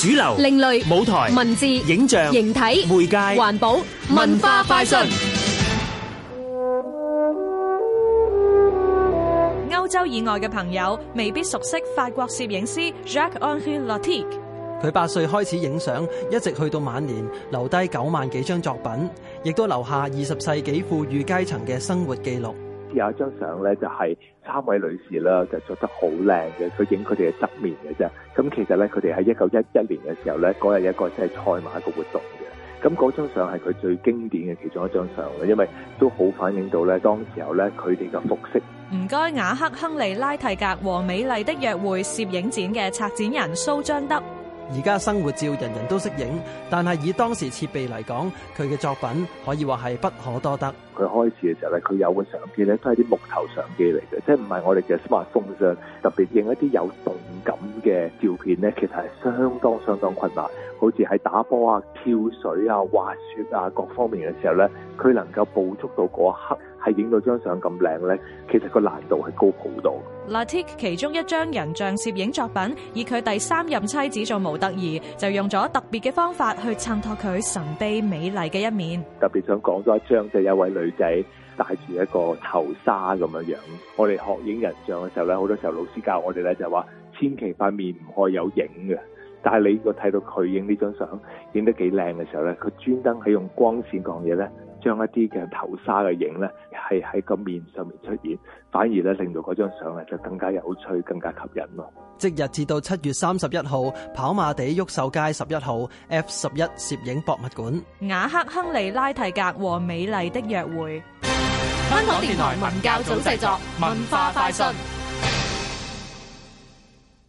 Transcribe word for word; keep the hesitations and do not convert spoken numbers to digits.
主流、 另類、 舞台、 文字、 影像、 形體、 媒介、 環保、文化快訊。 歐洲以外嘅朋友未必熟悉法國攝影師 Jacques-Henri Latique。 佢八歲開始影相，一直去到晚年，留低九萬幾張作品，亦都留下二十世紀富裕階層嘅生活記錄。 有一張相咧，就係三位女士啦，就做得好靚嘅，佢影佢哋嘅側面嘅啫。咁其實咧，佢哋喺一九一一年嘅時候咧，嗰日有一個即係賽馬嘅活動嘅。咁嗰張相係佢最經典嘅其中一張相啦，因為都好反映到咧當時候咧佢哋嘅服飾。 唔該，雅克·亨利·拉蒂格和美麗的約會攝影展嘅策展人蘇彰德。 而家生活照人人都識影，但係以當時設備嚟講，佢嘅作品可以話係不可多得。 佢開始嘅時候咧，佢有個相機咧，都係啲木頭相機嚟嘅，即係唔係我哋嘅 smartphone 上特別影一啲有動感嘅照片咧，其實係相當相當困難。好似喺打波啊、跳水啊、滑雪啊各方面嘅時候咧，佢能夠捕捉到嗰一刻係影到張相咁靚咧，其實個難度係高好多。 Latique 其中一張人像攝影作品，以佢第三任妻子做模特兒，就用咗特別嘅方法去襯托佢神秘美麗嘅一面。 特別想講多一張，就係有一位女仔戴住一個頭紗咁樣樣。我哋學影人像嘅時候咧，好多時候老師教我哋咧就話，千祈塊面唔可以有影嘅。但係你如果睇到佢影呢張相影得幾靚嘅時候咧，佢專登係用光線講嘢咧，將一啲嘅頭紗嘅影咧係喺個面上面出現，反而咧令到嗰張相咧就更加有趣、更加吸引咯。 即日至到七月三十一號，跑馬地毓秀街十一號 F 十一攝影博物館， 雅克·亨利·拉蒂格和美麗的約會。 香港電台文教組製作，文化快訊。